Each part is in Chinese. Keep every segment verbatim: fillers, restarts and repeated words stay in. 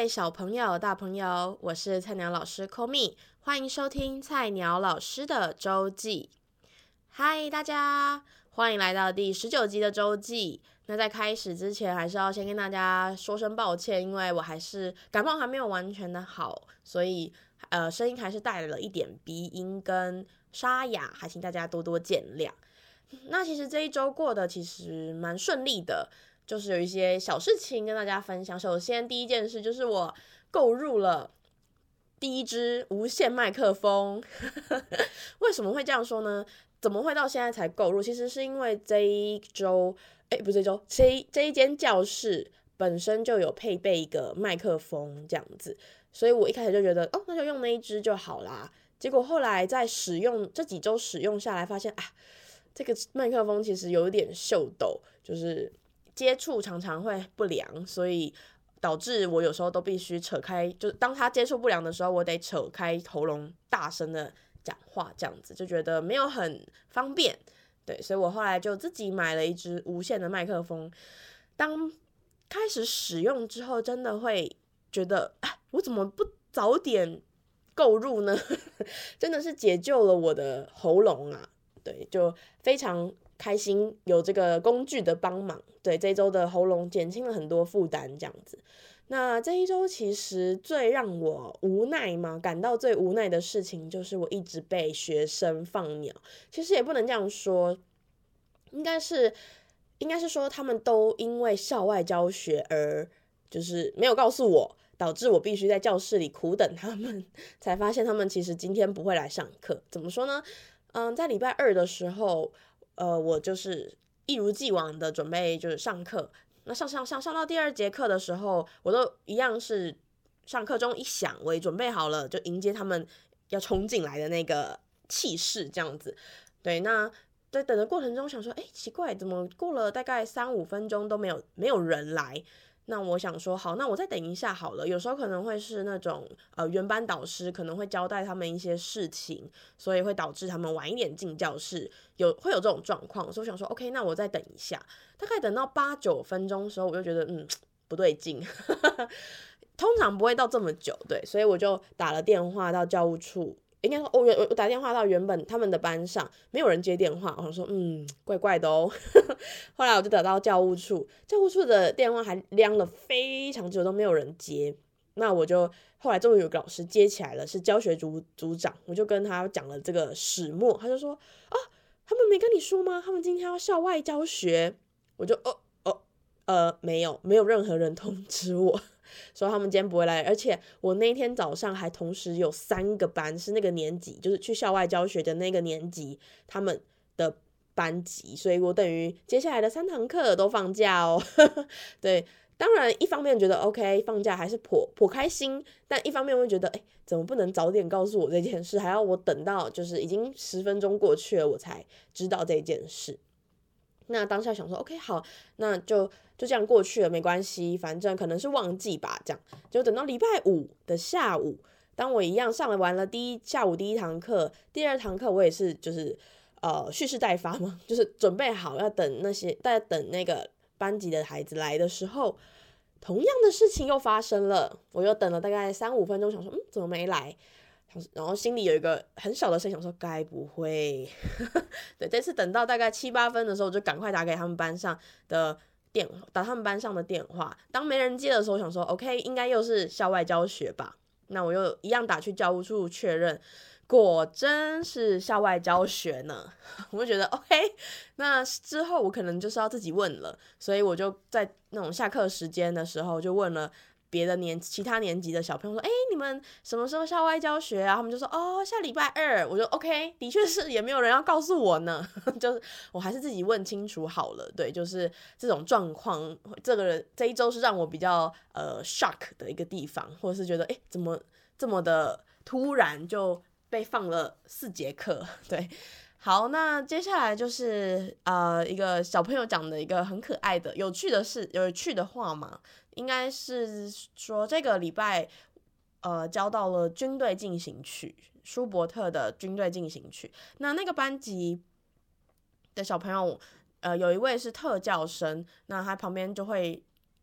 小朋友、大朋友，我是菜鸟老师 Komi， 欢迎收听菜鸟老师的周记。嗨，大家，欢迎来到第十九集的周记。那在开始之前，还是要先跟大家说声抱歉，因为我还是感冒还没有完全的好，所以呃声音还是带了一点鼻音跟沙哑，还请大家多多见谅。那其实这一周过得其实蛮顺利的。就是有一些小事情跟大家分享。首先第一件事就是我购入了第一支无线麦克风为什么会这样说呢？怎么会到现在才购入？其实是因为这一周哎，不是这一周这这一间教室本身就有配备一个麦克风这样子，所以我一开始就觉得哦，那就用那一支就好啦。结果后来在使用这几周使用下来发现啊，这个麦克风其实有点秀逗，就是接触常常会不良，所以导致我有时候都必须扯开，就是当他接触不良的时候，我得扯开喉咙大声的讲话，这样子就觉得没有很方便。对，所以我后来就自己买了一支无线的麦克风。当开始使用之后，真的会觉得，啊，我怎么不早点购入呢？真的是解救了我的喉咙啊！对，就非常开心有这个工具的帮忙，对这一周的喉咙减轻了很多负担，这样子。那这一周其实最让我无奈嘛，感到最无奈的事情就是我一直被学生放鸟。其实也不能这样说，应该是应该是说他们都因为校外教学而就是没有告诉我，导致我必须在教室里苦等他们，才发现他们其实今天不会来上课。怎么说呢？嗯，在礼拜二的时候，呃，我就是一如既往的准备就是上课。那上上上上到第二节课的时候，我都一样是上课钟一响，我也准备好了，就迎接他们要冲进来的那个气势，这样子。对，那在等的过程中想说，哎，奇怪，怎么过了大概三五分钟都没有没有人来？那我想说，好，那我再等一下好了。有时候可能会是那种呃原班导师可能会交代他们一些事情，所以会导致他们晚一点进教室，有会有这种状况。所以我想说 ，OK， 那我再等一下。大概等到八九分钟的时候，我就觉得嗯不对劲，通常不会到这么久，对，所以我就打了电话到教务处。应该说，我我打电话到原本他们的班上，没有人接电话，我想说，嗯，怪怪的哦。后来我就打到教务处，教务处的电话还亮了非常久都没有人接。那我就后来终于有个老师接起来了，是教学组组长，我就跟他讲了这个始末，他就说啊，他们没跟你说吗？他们今天要校外教学。我就哦哦呃没有，没有任何人通知我。说他们今天不会来，而且我那天早上还同时有三个班是那个年级，就是去校外教学的那个年级他们的班级，所以我等于接下来的三堂课都放假哦。对，当然一方面觉得 OK 放假还是颇颇开心，但一方面会觉得哎，怎么不能早点告诉我这件事，还要我等到就是已经十分钟过去了我才知道这件事。那当下想说 OK 好，那就就这样过去了，没关系，反正可能是忘记吧，这样就等到礼拜五的下午，当我一样上了完了第一下午第一堂课，第二堂课我也是就是呃蓄势待发嘛，就是准备好要等那些在等那个班级的孩子来的时候，同样的事情又发生了，我又等了大概三五分钟，想说嗯怎么没来？然后心里有一个很小的声音想说该不会对，这次等到大概七八分的时候，我就赶快打给他们班上的电话，打他们班上的电话。当没人接的时候，想说 OK 应该又是校外教学吧，那我又一样打去教务处确认，果真是校外教学呢。我就觉得 OK， 那之后我可能就是要自己问了，所以我就在那种下课时间的时候就问了别的年其他年级的小朋友说，哎、欸，你们什么时候校外教学啊？他们就说，哦，下礼拜二。我就 OK， 的确是也没有人要告诉我呢，就是我还是自己问清楚好了。对，就是这种状况，这个这一周是让我比较呃 shock 的一个地方，或者是觉得，哎、欸，怎么这么的突然就被放了四节课？对。好，那接下来就是呃一个小朋友讲的一个很可爱的、有趣的事、有趣的话嘛，应该是说这个礼拜呃教到了军队进行曲，舒伯特的军队进行曲。那那个班级的小朋友，呃有一位是特教生，那他旁边就会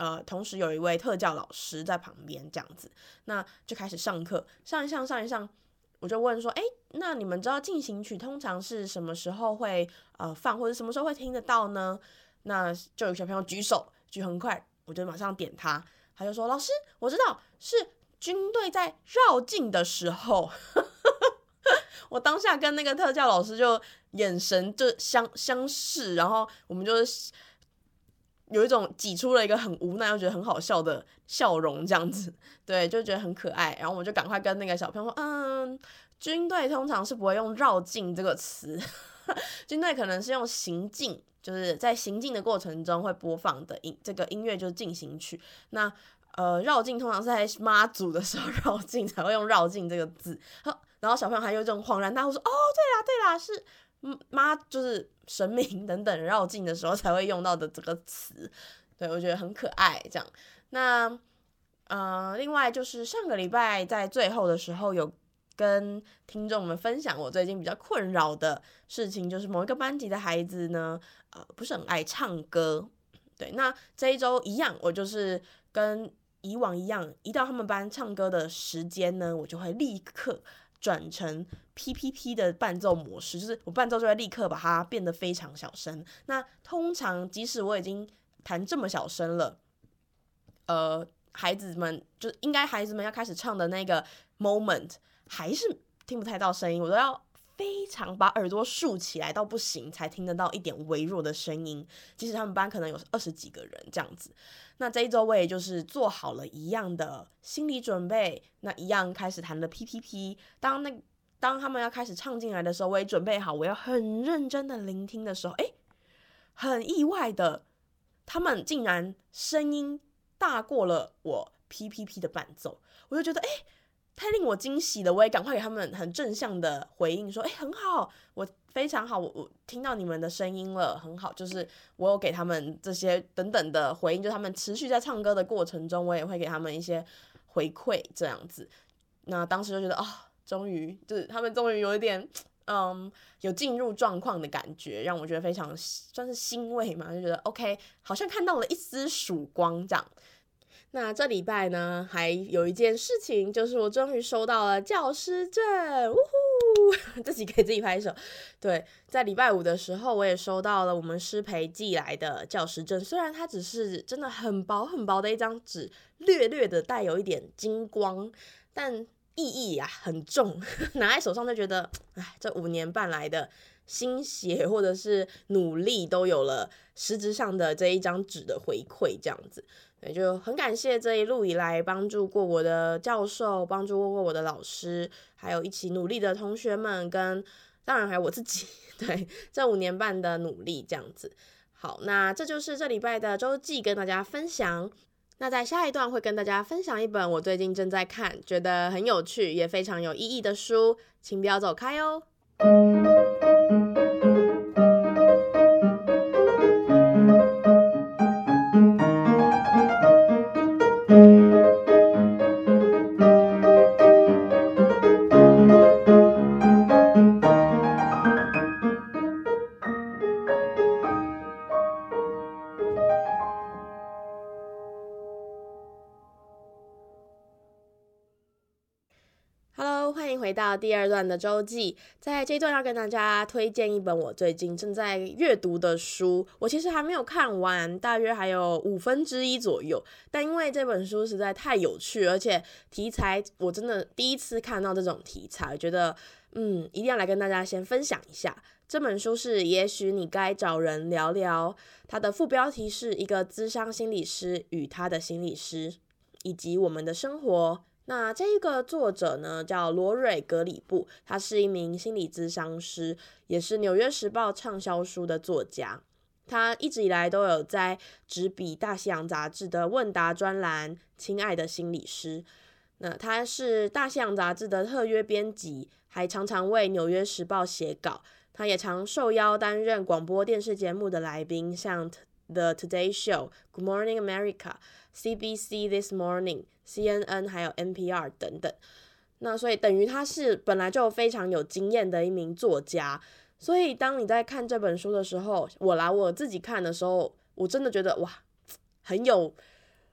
呃，同时有一位特教老师在旁边这样子，那就开始上课，上一上上一上，我就问说，哎，那你们知道进行曲通常是什么时候会呃放，或者什么时候会听得到呢？那就有小朋友举手，举很快，我就马上点他，他就说，老师，我知道是军队在绕境的时候。我当下跟那个特教老师就眼神就相相视，然后我们就是有一种挤出了一个很无奈又觉得很好笑的笑容，这样子，对，就觉得很可爱。然后我就赶快跟那个小朋友说，嗯，军队通常是不会用绕境这个词，军队可能是用行进，就是在行进的过程中会播放的音，这个音乐就是进行曲。那呃，绕境通常是在妈祖的时候绕境才会用绕境这个字。然后小朋友还有这种恍然大悟说，哦，对啦对啦，是妈就是神明等等绕境的时候才会用到的这个词，对，我觉得很可爱这样。那呃，另外就是上个礼拜在最后的时候有跟听众们分享我最近比较困扰的事情，就是某一个班级的孩子呢，呃，不是很爱唱歌。对，那这一周一样，我就是跟以往一样，一到他们班唱歌的时间呢，我就会立刻转成 P P P 的伴奏模式，就是我伴奏就会立刻把它变得非常小声。那通常即使我已经弹这么小声了，呃，孩子们就应该孩子们要开始唱的那个 moment 还是听不太到声音，我都要非常把耳朵竖起来到不行才听得到一点微弱的声音，即使他们班可能有二十几个人这样子。那这一周我也就是做好了一样的心理准备，那一样开始弹了 P P P。当那当他们要开始唱进来的时候，我也准备好，我要很认真的聆听的时候，哎，很意外的，他们竟然声音大过了我 P P P 的伴奏，我就觉得哎，太令我惊喜了。我也赶快给他们很正向的回应说，哎，很好，我非常好，我我听到你们的声音了，很好，就是我有给他们这些等等的回应，就他们持续在唱歌的过程中，我也会给他们一些回馈这样子。那当时就觉得啊、哦，终于就是他们终于有一点嗯有进入状况的感觉，让我觉得非常算是欣慰嘛，就觉得 OK， 好像看到了一丝曙光这样。那这礼拜呢，还有一件事情，就是我终于收到了教师证，呜呼，自己给自己拍手。对，在礼拜五的时候，我也收到了我们师培寄来的教师证，虽然它只是真的很薄很薄的一张纸，略略的带有一点金光，但意义啊很重，拿在手上就觉得，哎，这五年半来的心血或者是努力都有了实质上的这一张纸的回馈，这样子。对，就很感谢这一路以来帮助过我的教授，帮助过我的老师，还有一起努力的同学们，跟当然还有我自己，对，这五年半的努力这样子。好，那这就是这礼拜的周记跟大家分享。那在下一段会跟大家分享一本我最近正在看，觉得很有趣也非常有意义的书，请不要走开哦。Hello， 欢迎回到第二段的周记。在这一段要跟大家推荐一本我最近正在阅读的书，我其实还没有看完，大约还有五分之一左右。但因为这本书实在太有趣，而且题材我真的第一次看到这种题材，觉得嗯，一定要来跟大家先分享一下。这本书是也许你该找人聊聊，它的副标题是一个諮商心理师与他的心理师，以及我们的生活。那这个作者呢叫罗蕊·格里布，他是一名心理咨商师，也是纽约时报畅销书的作家。他一直以来都有在执笔大西洋杂志的问答专栏《亲爱的心理师》。那他是大西洋杂志的特约编辑，还常常为纽约时报写稿。他也常受邀担任广播电视节目的来宾，像 The Today Show、Good Morning America、C B C This Morning、C N N 还有 N P R 等等。那所以等于他是本来就非常有经验的一名作家。所以当你在看这本书的时候，我来我自己看的时候，我真的觉得哇，很有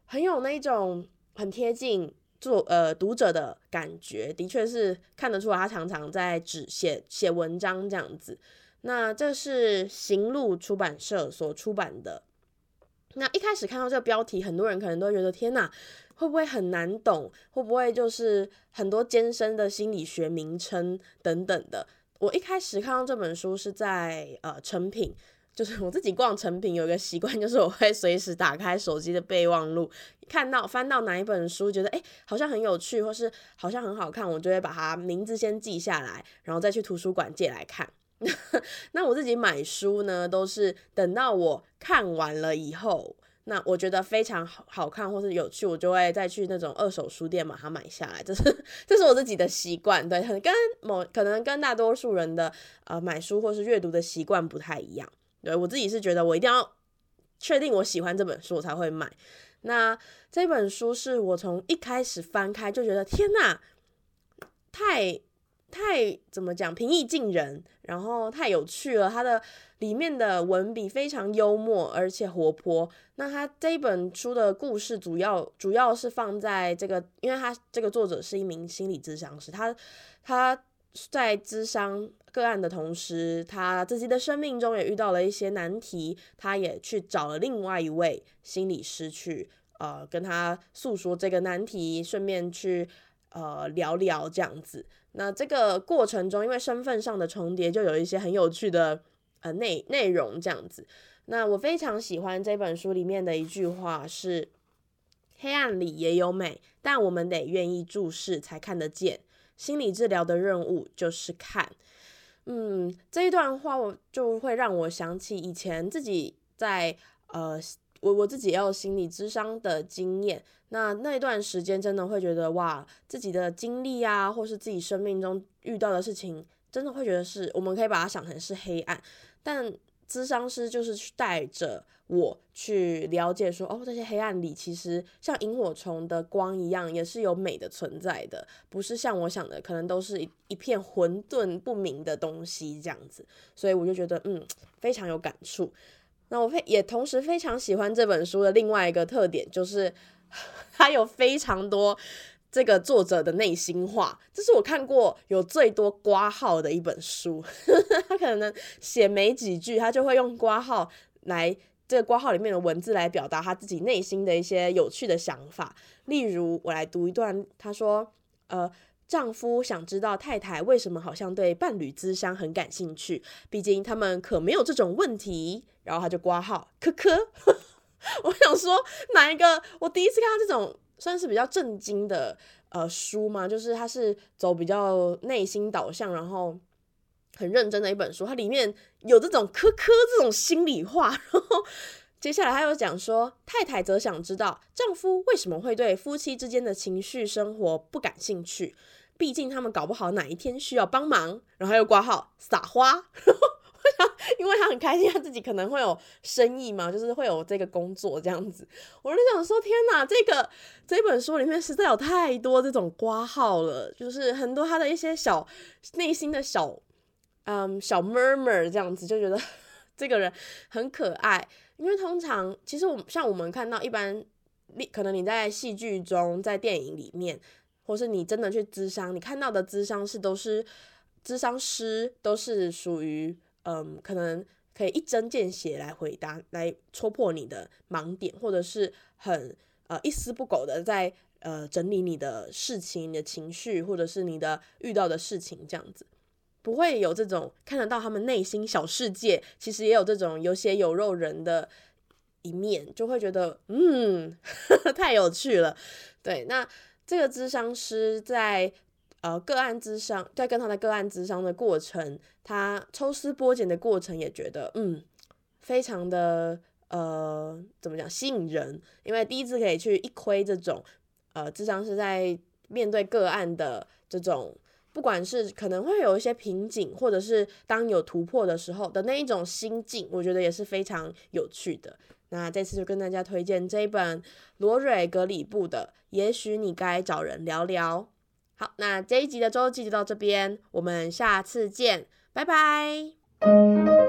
很有那种很贴近作呃读者的感觉，的确是看得出来他常常在纸写写文章这样子。那这是行路出版社所出版的。那一开始看到这个标题，很多人可能都觉得天哪，会不会很难懂？会不会就是很多艰深的心理学名称等等的？我一开始看到这本书是在呃诚品，就是我自己逛诚品有一个习惯，就是我会随时打开手机的备忘录，看到翻到哪一本书，觉得哎好像很有趣，或是好像很好看，我就会把它名字先记下来，然后再去图书馆借来看。那我自己买书呢，都是等到我看完了以后，那我觉得非常好看或是有趣，我就会再去那种二手书店把它买下来。这是这是我自己的习惯，对，跟某可能跟大多数人的呃买书或是阅读的习惯不太一样。对，我自己是觉得我一定要确定我喜欢这本书我才会买。那这本书是我从一开始翻开就觉得天哪，太太怎么讲，平易近人，然后太有趣了，它的里面的文笔非常幽默而且活泼。那它这一本书的故事主要主要是放在这个，因为他这个作者是一名心理咨商师，他他在咨商个案的同时，他自己的生命中也遇到了一些难题，他也去找了另外一位心理师去呃跟他诉说这个难题，顺便去呃聊聊这样子。那这个过程中，因为身份上的重叠，就有一些很有趣的呃内内容这样子。那我非常喜欢这本书里面的一句话是：黑暗里也有美，但我们得愿意注视才看得见。心理治疗的任务就是看。嗯，这一段话我就会让我想起以前自己在呃我我自己也有心理咨商的经验。那那一段时间真的会觉得哇，自己的经历啊，或是自己生命中遇到的事情，真的会觉得是我们可以把它想成是黑暗，但咨商师就是去带着我去了解说，哦，这些黑暗里其实像萤火虫的光一样，也是有美的存在的，不是像我想的可能都是一一片混沌不明的东西这样子。所以我就觉得嗯非常有感触。那我也同时非常喜欢这本书的另外一个特点，就是它有非常多这个作者的内心话，这是我看过有最多括号的一本书。他可能写没几句，他就会用括号来这个括号里面的文字来表达他自己内心的一些有趣的想法。例如我来读一段，他说呃丈夫想知道太太为什么好像对伴侣咨商很感兴趣，毕竟他们可没有这种问题。然后他就括号科科。我想说哪一个，我第一次看到这种算是比较震惊的呃书嘛，就是它是走比较内心导向，然后很认真的一本书，它里面有这种科科这种心里话。然后接下来他又讲说，太太则想知道丈夫为什么会对夫妻之间的情绪生活不感兴趣，毕竟他们搞不好哪一天需要帮忙。然后又括号撒花。因为他很开心他自己可能会有生意嘛，就是会有这个工作这样子。我就想说天哪，这个这本书里面实在有太多这种括号了，就是很多他的一些小内心的小嗯小 murmur 这样子，就觉得这个人很可爱。因为通常其实我像我们看到一般可能你在戏剧中，在电影里面，或是你真的去咨商，你看到的咨商是都是咨商师都是属于嗯，可能可以一针见血来回答，来戳破你的盲点，或者是很呃一丝不苟的在呃整理你的事情、你的情绪，或者是你的遇到的事情这样子，不会有这种看得到他们内心小世界，其实也有这种有血有肉人的一面，就会觉得嗯太有趣了。对，那这个咨商师在呃，个案咨商，在跟他的个案咨商的过程，他抽丝剥茧的过程也觉得嗯非常的呃怎么讲吸引人，因为第一次可以去一窥这种呃咨商师在面对个案的这种，不管是可能会有一些瓶颈，或者是当有突破的时候的那一种心境，我觉得也是非常有趣的。那这次就跟大家推荐这一本罗蕊格里布的《也许你该找人聊聊》。好，那这一集的周记就到这边，我们下次见，拜拜。